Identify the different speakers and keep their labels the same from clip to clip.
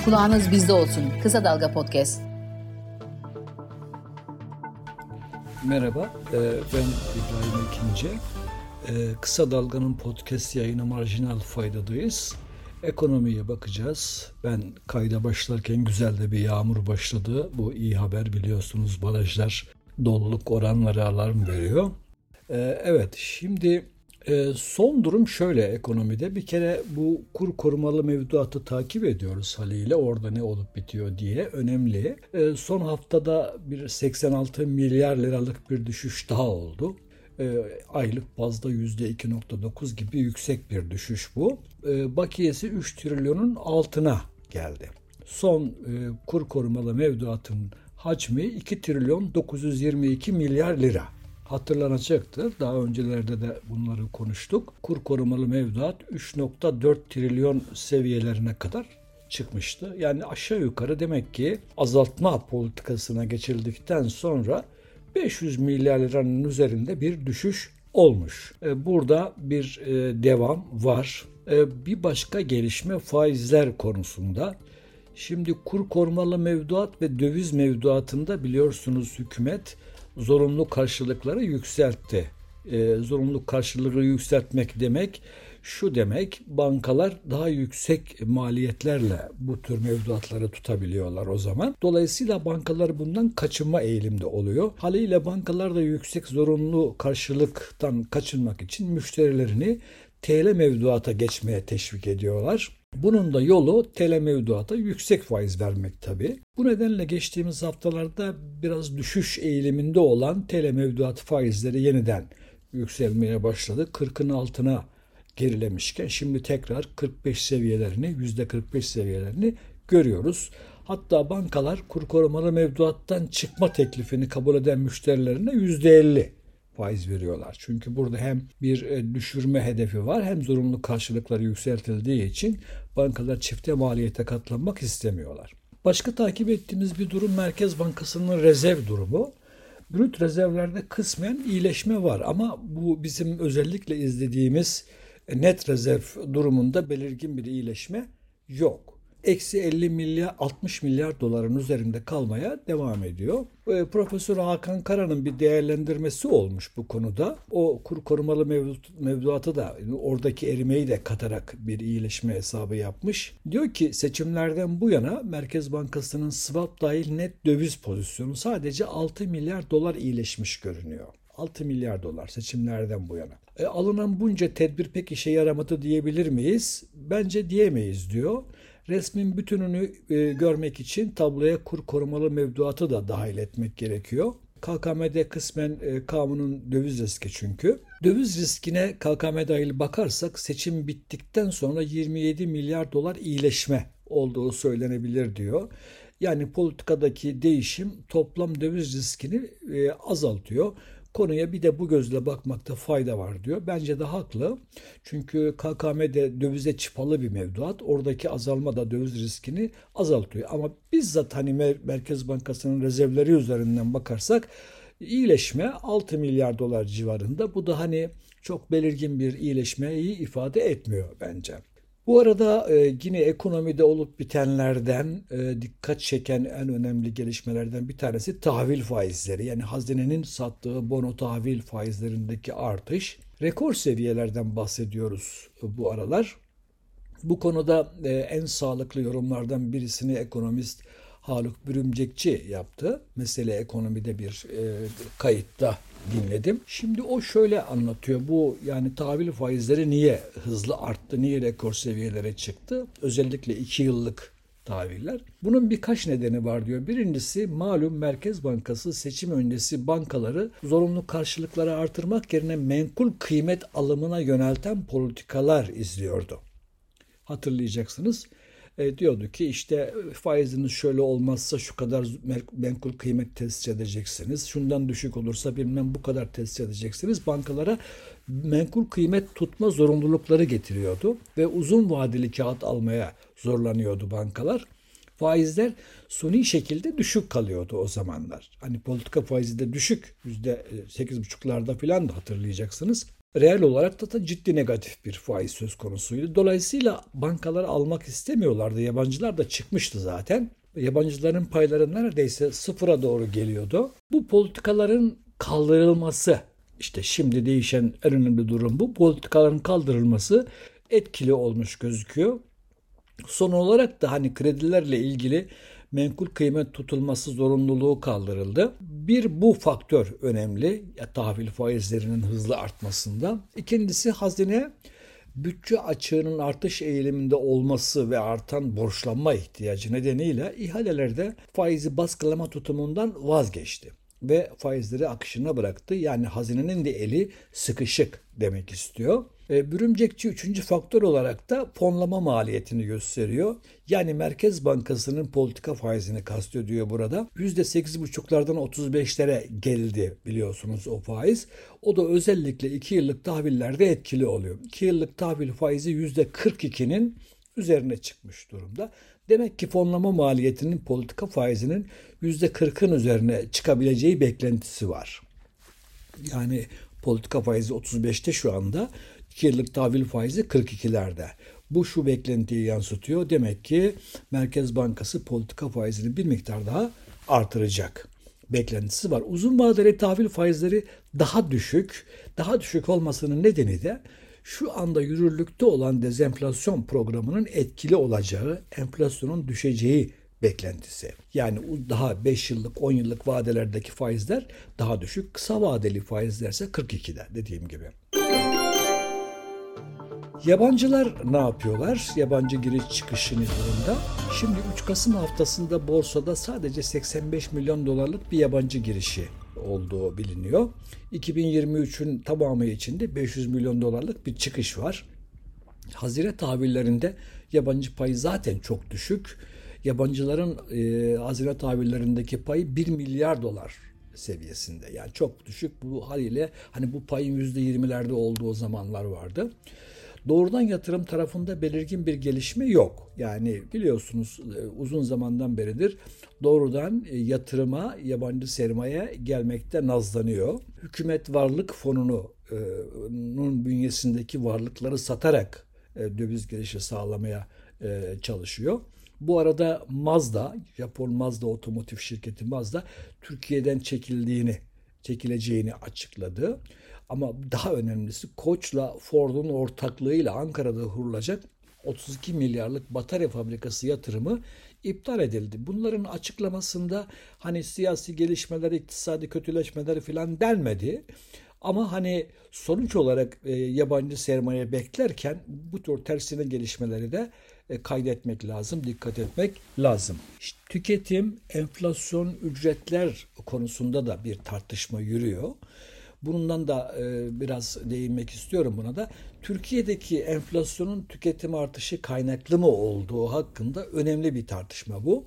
Speaker 1: Kulağınız bizde olsun. Kısa Dalga Podcast.
Speaker 2: Merhaba, ben İbrahim Ekinci. Kısa Dalga'nın podcast yayını Marjinal Fayda'dayız. Ekonomiye bakacağız. Ben kayda başlarken güzel de bir yağmur başladı. Bu iyi haber, biliyorsunuz barajlar doluluk oranları alarm veriyor. Evet, şimdi son durum şöyle ekonomide. Bir kere bu kur korumalı mevduatı takip ediyoruz haliyle. Orada ne olup bitiyor diye önemli. Son haftada bir 86 milyar liralık bir düşüş daha oldu. Aylık bazda %2.9 gibi yüksek bir düşüş bu. Bakiyesi 3 trilyonun altına geldi. Son kur korumalı mevduatın hacmi 2 trilyon 922 milyar lira. Hatırlanacaktır. Daha öncelerde de bunları konuştuk. Kur korumalı mevduat 3.4 trilyon seviyelerine kadar çıkmıştı. Yani aşağı yukarı demek ki azaltma politikasına geçildikten sonra 500 milyar liranın üzerinde bir düşüş olmuş. Burada bir devam var. Bir başka gelişme faizler konusunda. Şimdi kur korumalı mevduat ve döviz mevduatında biliyorsunuz hükümet zorunlu karşılıkları yükseltti. Zorunlu karşılığı yükseltmek demek şu demek, bankalar daha yüksek maliyetlerle bu tür mevduatları tutabiliyorlar o zaman. Dolayısıyla bankalar bundan kaçınma eğilimde oluyor. Haliyle bankalar da yüksek zorunlu karşılıktan kaçınmak için müşterilerini TL mevduata geçmeye teşvik ediyorlar. Bunun da yolu TL mevduata yüksek faiz vermek tabii. Bu nedenle geçtiğimiz haftalarda biraz düşüş eğiliminde olan TL mevduat faizleri yeniden yükselmeye başladı. 40'ın altına gerilemişken şimdi tekrar 45 seviyelerini, %45 seviyelerini görüyoruz. Hatta bankalar kur korumalı mevduattan çıkma teklifini kabul eden müşterilerine %50 faiz veriyorlar. Çünkü burada hem bir düşürme hedefi var hem zorunlu karşılıkları yükseltildiği için bankalar çifte maliyete katlanmak istemiyorlar. Başka takip ettiğimiz bir durum Merkez Bankası'nın rezerv durumu. Brüt rezervlerde kısmen iyileşme var ama bu bizim özellikle izlediğimiz net rezerv durumunda belirgin bir iyileşme yok. Eksi 50 milyar 60 milyar doların üzerinde kalmaya devam ediyor. Profesör Hakan Kara'nın bir değerlendirmesi olmuş bu konuda. O kur korumalı mevduatı da oradaki erimeyi de katarak bir iyileşme hesabı yapmış. Diyor ki seçimlerden bu yana Merkez Bankası'nın swap dahil net döviz pozisyonu sadece 6 milyar dolar iyileşmiş görünüyor. 6 milyar dolar seçimlerden bu yana. Alınan bunca tedbir pek işe yaramadı diyebilir miyiz? Bence diyemeyiz diyor. Resmin bütününü görmek için tabloya kur korumalı mevduatı da dahil etmek gerekiyor. KKM'de kısmen kanunun döviz riski çünkü. Döviz riskine KKM dahil bakarsak seçim bittikten sonra 27 milyar dolar iyileşme olduğu söylenebilir diyor. Yani politikadaki değişim toplam döviz riskini azaltıyor. Konuya bir de bu gözle bakmakta fayda var diyor. Bence de haklı. Çünkü KKM'de dövize çıpalı bir mevduat. Oradaki azalma da döviz riskini azaltıyor. Ama bizzat hani Merkez Bankası'nın rezervleri üzerinden bakarsak iyileşme 6 milyar dolar civarında. Bu da hani çok belirgin bir iyileşmeyi ifade etmiyor bence. Bu arada yine ekonomide olup bitenlerden dikkat çeken en önemli gelişmelerden bir tanesi tahvil faizleri. Yani hazinenin sattığı bono tahvil faizlerindeki artış. Rekor seviyelerden bahsediyoruz bu aralar. Bu konuda en sağlıklı yorumlardan birisini ekonomist Haluk Bürümcekçi yaptı. Mesele ekonomide bir kayıtta dinledim. Şimdi o şöyle anlatıyor. Bu yani tahvil faizleri niye hızlı arttı, niye rekor seviyelere çıktı? Özellikle 2 yıllık tahviller. Bunun birkaç nedeni var diyor. Birincisi malum Merkez Bankası seçim öncesi bankaları zorunlu karşılıkları artırmak yerine menkul kıymet alımına yönelten politikalar izliyordu. Hatırlayacaksınız. Diyordu ki işte faiziniz şöyle olmazsa şu kadar menkul kıymet tesis edeceksiniz. Şundan düşük olursa bilmem bu kadar tesis edeceksiniz. Bankalara menkul kıymet tutma zorunlulukları getiriyordu ve uzun vadeli kağıt almaya zorlanıyordu bankalar. Faizler suni şekilde düşük kalıyordu o zamanlar. Hani politika faizi de düşük, %8,5'larda falan da hatırlayacaksınız. Reel olarak da ciddi negatif bir faiz söz konusuydu. Dolayısıyla bankalar almak istemiyorlardı. Yabancılar da çıkmıştı zaten. Yabancıların payları neredeyse sıfıra doğru geliyordu. Bu politikaların kaldırılması, işte şimdi değişen en önemli durum bu. Politikaların kaldırılması etkili olmuş gözüküyor. Son olarak da hani kredilerle ilgili menkul kıymet tutulması zorunluluğu kaldırıldı. Bir bu faktör önemli tahvil faizlerinin hızlı artmasında. İkincisi hazine bütçe açığının artış eğiliminde olması ve artan borçlanma ihtiyacı nedeniyle ihalelerde faizi baskılama tutumundan vazgeçti ve faizleri akışına bıraktı. Yani hazinenin de eli sıkışık demek istiyor. Bürümcekçi üçüncü faktör olarak da fonlama maliyetini gösteriyor. Yani Merkez Bankası'nın politika faizini kastediyor burada. %8,5'lardan 35'lere geldi biliyorsunuz o faiz. O da özellikle 2 yıllık tahvillerde etkili oluyor. 2 yıllık tahvil faizi %42'nin üzerine çıkmış durumda. Demek ki fonlama maliyetinin politika faizinin %40'ın üzerine çıkabileceği beklentisi var. Yani politika faizi 35'te şu anda, 2 yıllık tahvil faizi 42'lerde. Bu şu beklentiyi yansıtıyor. Demek ki Merkez Bankası politika faizini bir miktar daha artıracak beklentisi var. Uzun vadeli tahvil faizleri daha düşük. Daha düşük olmasının nedeni de şu anda yürürlükte olan dezenflasyon programının etkili olacağı, enflasyonun düşeceği beklentisi. Yani daha 5 yıllık, 10 yıllık vadelerdeki faizler daha düşük. Kısa vadeli faizler ise 42'de dediğim gibi. Yabancılar ne yapıyorlar? Yabancı giriş çıkışı ne durumda? Şimdi 3 Kasım haftasında borsada sadece 85 milyon dolarlık bir yabancı girişi olduğu biliniyor. 2023'ün tamamı içinde 500 milyon dolarlık bir çıkış var. Hazine tahvillerinde yabancı payı zaten çok düşük. Yabancıların hazine tahvillerindeki payı 1 milyar dolar seviyesinde. Yani çok düşük. Bu haliyle hani bu payın %20'lerde olduğu zamanlar vardı. Doğrudan yatırım tarafında belirgin bir gelişme yok. Yani biliyorsunuz uzun zamandan beridir doğrudan yatırıma, yabancı sermaye gelmekte nazlanıyor. Hükümet varlık fonunun bünyesindeki varlıkları satarak döviz gelişi sağlamaya çalışıyor. Bu arada Mazda, Japon Mazda otomotiv şirketi Mazda Türkiye'den çekileceğini açıkladı. Ama daha önemlisi Koç'la Ford'un ortaklığıyla Ankara'da kurulacak 32 milyarlık batarya fabrikası yatırımı iptal edildi. Bunların açıklamasında hani siyasi gelişmeler, iktisadi kötüleşmeler falan denmedi. Ama hani sonuç olarak yabancı sermaye beklerken bu tür tersine gelişmeleri de kaydetmek lazım, dikkat etmek lazım. İşte tüketim, enflasyon, ücretler konusunda da bir tartışma yürüyor. Bundan da biraz değinmek istiyorum buna da. Türkiye'deki enflasyonun tüketim artışı kaynaklı mı olduğu hakkında önemli bir tartışma bu.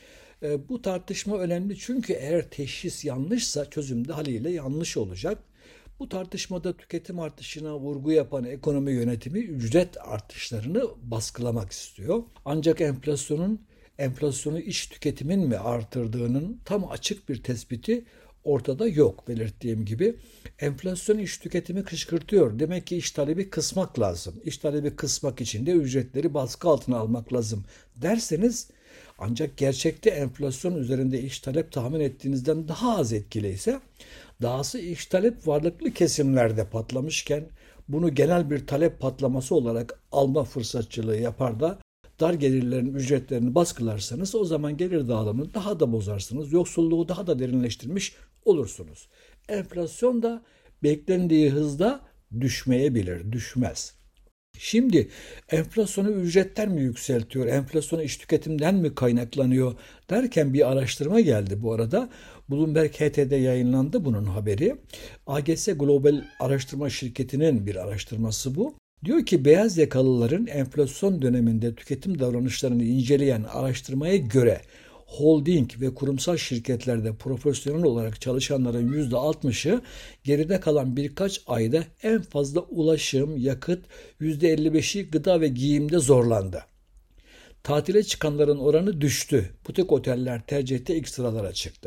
Speaker 2: Bu tartışma önemli çünkü eğer teşhis yanlışsa çözüm de haliyle yanlış olacak. Bu tartışmada tüketim artışına vurgu yapan ekonomi yönetimi ücret artışlarını baskılamak istiyor. Ancak enflasyonu iç tüketimin mi artırdığının tam açık bir tespiti ortada yok belirttiğim gibi. Enflasyon iç tüketimi kışkırtıyor. Demek ki iç talebi kısmak lazım. İç talebi kısmak için de ücretleri baskı altına almak lazım derseniz ancak gerçekte enflasyon üzerinde iç talep tahmin ettiğinizden daha az etkiliyse dahası iç talep varlıklı kesimlerde patlamışken bunu genel bir talep patlaması olarak alma fırsatçılığı yapar da dar gelirlerin ücretlerini baskılarsanız o zaman gelir dağılımını daha da bozarsınız. Yoksulluğu daha da derinleştirmiş olursunuz. Enflasyon da beklendiği hızda düşmeyebilir, düşmez. Şimdi enflasyonu ücretten mi yükseltiyor, enflasyonu iç tüketimden mi kaynaklanıyor derken bir araştırma geldi bu arada. Bloomberg HT'de yayınlandı bunun haberi. AGS Global Araştırma Şirketi'nin bir araştırması bu. Diyor ki beyaz yakalıların enflasyon döneminde tüketim davranışlarını inceleyen araştırmaya göre holding ve kurumsal şirketlerde profesyonel olarak çalışanların %60'ı geride kalan birkaç ayda en fazla ulaşım, yakıt, %55'i gıda ve giyimde zorlandı. Tatile çıkanların oranı düştü. Butik oteller tercihte ilk sıralara çıktı.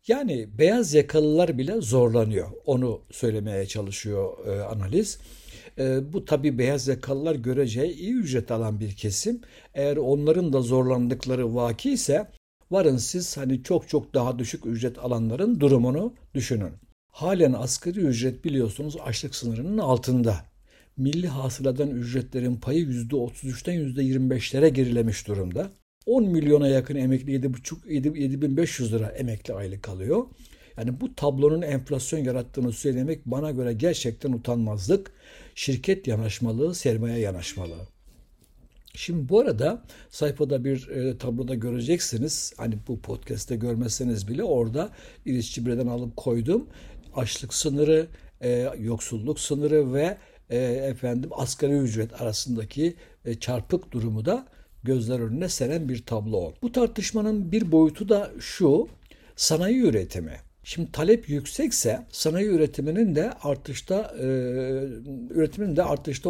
Speaker 2: Yani beyaz yakalılar bile zorlanıyor. Onu söylemeye çalışıyor analiz. Bu tabii beyaz yakalılar görece iyi ücret alan bir kesim. Eğer onların da zorlandıkları vaki ise varın siz hani çok çok daha düşük ücret alanların durumunu düşünün. Halen asgari ücret biliyorsunuz açlık sınırının altında. Milli hasıladan ücretlerin payı %33'ten %25'lere gerilemiş durumda. 10 milyona yakın emekli 7.500 lira emekli aylık alıyor. Yani bu tablonun enflasyon yarattığını söylemek bana göre gerçekten utanmazlık. Şirket yanaşmalığı, sermaye yanaşmalığı. Şimdi bu arada sayfada bir tabloda göreceksiniz. Hani bu podcast'te görmezseniz bile orada İliç Cibre'den alıp koydum. Açlık sınırı, yoksulluk sınırı ve asgari ücret arasındaki çarpık durumu da gözler önüne seren bir tablo. Bu tartışmanın bir boyutu da şu: sanayi üretimi. Şimdi talep yüksekse sanayi üretiminin de artışta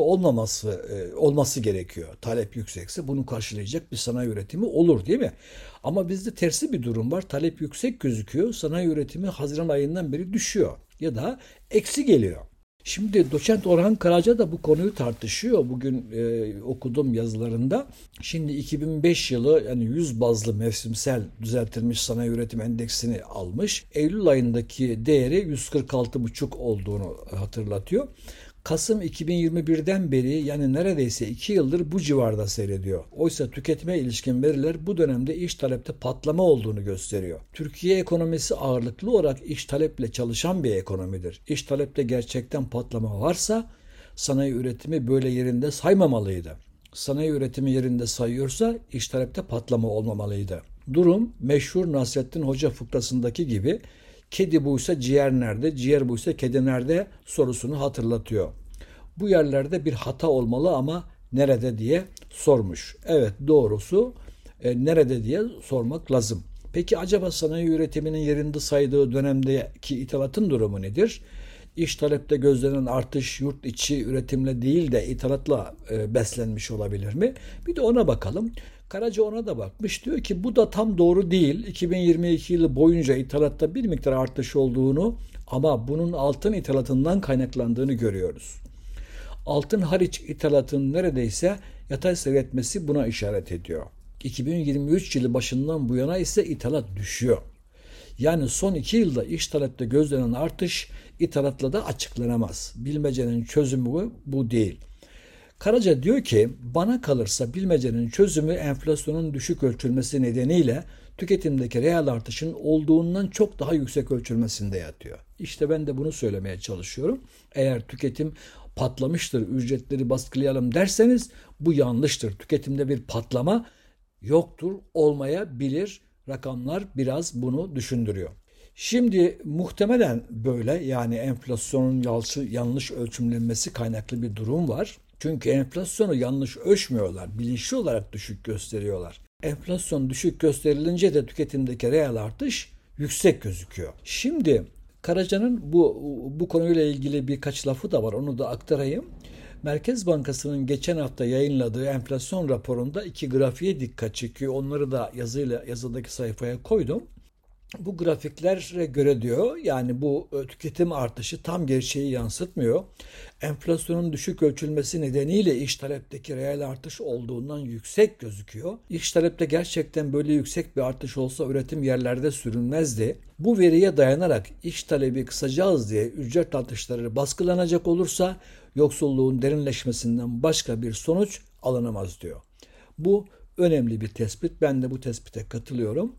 Speaker 2: olması gerekiyor. Talep yüksekse bunu karşılayacak bir sanayi üretimi olur, değil mi? Ama bizde tersi bir durum var. Talep yüksek gözüküyor. Sanayi üretimi Haziran ayından beri düşüyor ya da eksi geliyor. Şimdi doçent Orhan Karaca da bu konuyu tartışıyor. Bugün okudum yazılarında. Şimdi 2005 yılı yani 100 bazlı mevsimsel düzeltilmiş sanayi üretim endeksini almış. Eylül ayındaki değeri 146,5 olduğunu hatırlatıyor. Kasım 2021'den beri yani neredeyse 2 yıldır bu civarda seyrediyor. Oysa tüketime ilişkin veriler bu dönemde iç talepte patlama olduğunu gösteriyor. Türkiye ekonomisi ağırlıklı olarak iç taleple çalışan bir ekonomidir. İç talepte gerçekten patlama varsa sanayi üretimi böyle yerinde saymamalıydı. Sanayi üretimi yerinde sayıyorsa iç talepte patlama olmamalıydı. Durum meşhur Nasrettin Hoca fıkrasındaki gibi kedi buysa ciğer nerede, ciğer buysa kedi nerede sorusunu hatırlatıyor. Bu yerlerde bir hata olmalı ama nerede diye sormuş. Evet, doğrusu nerede diye sormak lazım. Peki acaba sanayi üretiminin yerinde saydığı dönemdeki ithalatın durumu nedir? İç talepte gözlenen artış yurt içi üretimle değil de ithalatla beslenmiş olabilir mi? Bir de ona bakalım. Karaca ona da bakmış. Diyor ki bu da tam doğru değil. 2022 yılı boyunca ithalatta bir miktar artış olduğunu ama bunun altın ithalatından kaynaklandığını görüyoruz. Altın hariç ithalatın neredeyse yatay seyretmesi buna işaret ediyor. 2023 yılı başından bu yana ise ithalat düşüyor. Yani son 2 yılda iç talepte gözlenen artış ithalatla da açıklanamaz. Bilmecenin çözümü bu değil. Karaca diyor ki bana kalırsa bilmecenin çözümü enflasyonun düşük ölçülmesi nedeniyle tüketimdeki reel artışın olduğundan çok daha yüksek ölçülmesinde yatıyor. İşte ben de bunu söylemeye çalışıyorum. Eğer tüketim patlamıştır, ücretleri baskılayalım derseniz bu yanlıştır. Tüketimde bir patlama yoktur, olmayabilir. Rakamlar biraz bunu düşündürüyor. Şimdi muhtemelen böyle yani enflasyonun yanlış ölçümlenmesi kaynaklı bir durum var. Çünkü enflasyonu yanlış ölçmüyorlar, bilinçli olarak düşük gösteriyorlar. Enflasyon düşük gösterilince de tüketimdeki reel artış yüksek gözüküyor. Şimdi Karaca'nın bu konuyla ilgili birkaç lafı da var, onu da aktarayım. Merkez Bankası'nın geçen hafta yayınladığı enflasyon raporunda 2 grafiğe dikkat çekiyor. Onları da yazıdaki sayfaya koydum. Bu grafiklere göre diyor yani bu tüketim artışı tam gerçeği yansıtmıyor. Enflasyonun düşük ölçülmesi nedeniyle iç talepteki reel artış olduğundan yüksek gözüküyor. İç talepte gerçekten böyle yüksek bir artış olsa üretim yerlerde sürünmezdi. Bu veriye dayanarak iç talebi kısacağız diye ücret artışları baskılanacak olursa yoksulluğun derinleşmesinden başka bir sonuç alınamaz diyor. Bu önemli bir tespit. Ben de bu tespite katılıyorum.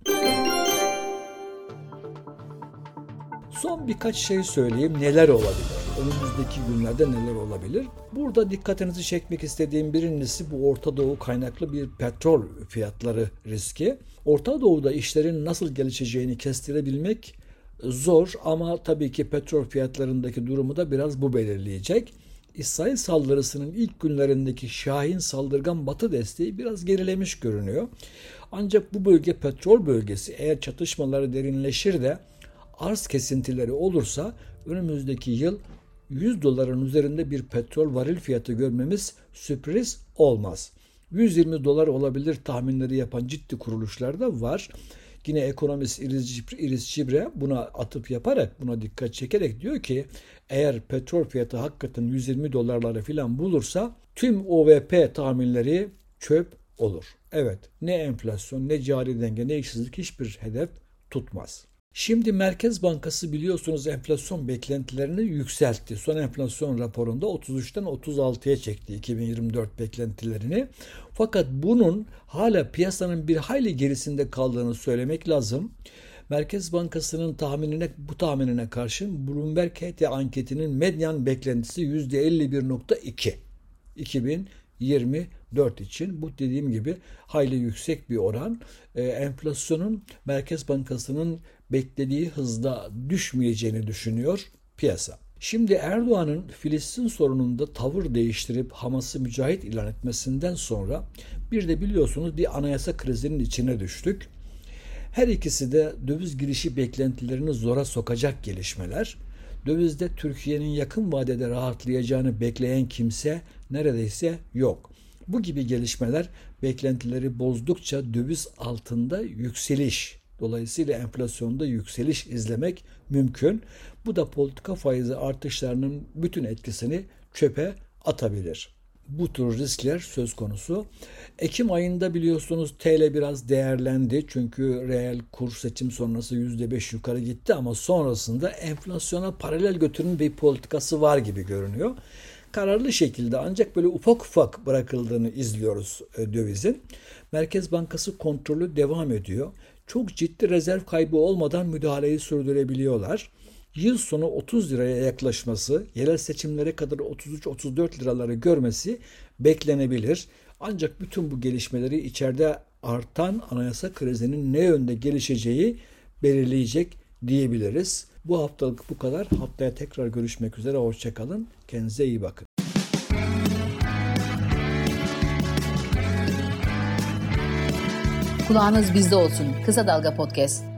Speaker 2: Son birkaç şey söyleyeyim. Neler olabilir? Önümüzdeki günlerde neler olabilir? Burada dikkatinizi çekmek istediğim birincisi bu Orta Doğu kaynaklı bir petrol fiyatları riski. Orta Doğu'da işlerin nasıl gelişeceğini kestirebilmek zor ama tabii ki petrol fiyatlarındaki durumu da biraz bu belirleyecek. İsrail saldırısının ilk günlerindeki şahin saldırgan Batı desteği biraz gerilemiş görünüyor. Ancak bu bölge petrol bölgesi, eğer çatışmaları derinleşir de arz kesintileri olursa önümüzdeki yıl 100 doların üzerinde bir petrol varil fiyatı görmemiz sürpriz olmaz. 120 dolar olabilir tahminleri yapan ciddi kuruluşlar da var. Yine ekonomist Iris Cibre buna atıf yaparak, buna dikkat çekerek diyor ki eğer petrol fiyatı hakikaten 120 dolarları falan bulursa tüm OVP tahminleri çöp olur. Evet, ne enflasyon, ne cari denge, ne işsizlik hiçbir hedef tutmaz. Şimdi Merkez Bankası biliyorsunuz enflasyon beklentilerini yükseltti. Son enflasyon raporunda 33'ten 36'ya çekti 2024 beklentilerini. Fakat bunun hala piyasanın bir hayli gerisinde kaldığını söylemek lazım. Merkez Bankası'nın bu tahminine karşın Bloomberg HT anketinin medyan beklentisi %51.2. 2024 için bu dediğim gibi hayli yüksek bir oran. Enflasyonun Merkez Bankası'nın beklediği hızda düşmeyeceğini düşünüyor piyasa. Şimdi Erdoğan'ın Filistin sorununda tavır değiştirip Hamas'ı mücahit ilan etmesinden sonra bir de biliyorsunuz bir anayasa krizinin içine düştük. Her ikisi de döviz girişi beklentilerini zora sokacak gelişmeler. Dövizde Türkiye'nin yakın vadede rahatlayacağını bekleyen kimse neredeyse yok. Bu gibi gelişmeler beklentileri bozdukça döviz altında yükseliş, dolayısıyla enflasyonda yükseliş izlemek mümkün. Bu da politika faizi artışlarının bütün etkisini çöpe atabilir. Bu tür riskler söz konusu. Ekim ayında biliyorsunuz TL biraz değerlendi. Çünkü reel kur seçim sonrası %5 yukarı gitti ama sonrasında enflasyona paralel götürüm bir politikası var gibi görünüyor. Kararlı şekilde ancak böyle ufak ufak bırakıldığını izliyoruz dövizin. Merkez Bankası kontrolü devam ediyor. Çok ciddi rezerv kaybı olmadan müdahaleyi sürdürebiliyorlar. Yıl sonu 30 liraya yaklaşması, yerel seçimlere kadar 33-34 liraları görmesi beklenebilir. Ancak bütün bu gelişmeleri içeride artan anayasa krizinin ne yönde gelişeceği belirleyecek diyebiliriz. Bu haftalık bu kadar. Haftaya tekrar görüşmek üzere. Hoşça kalın. Kendinize iyi bakın.
Speaker 1: Kulağınız bizde olsun. Kısa Dalga Podcast.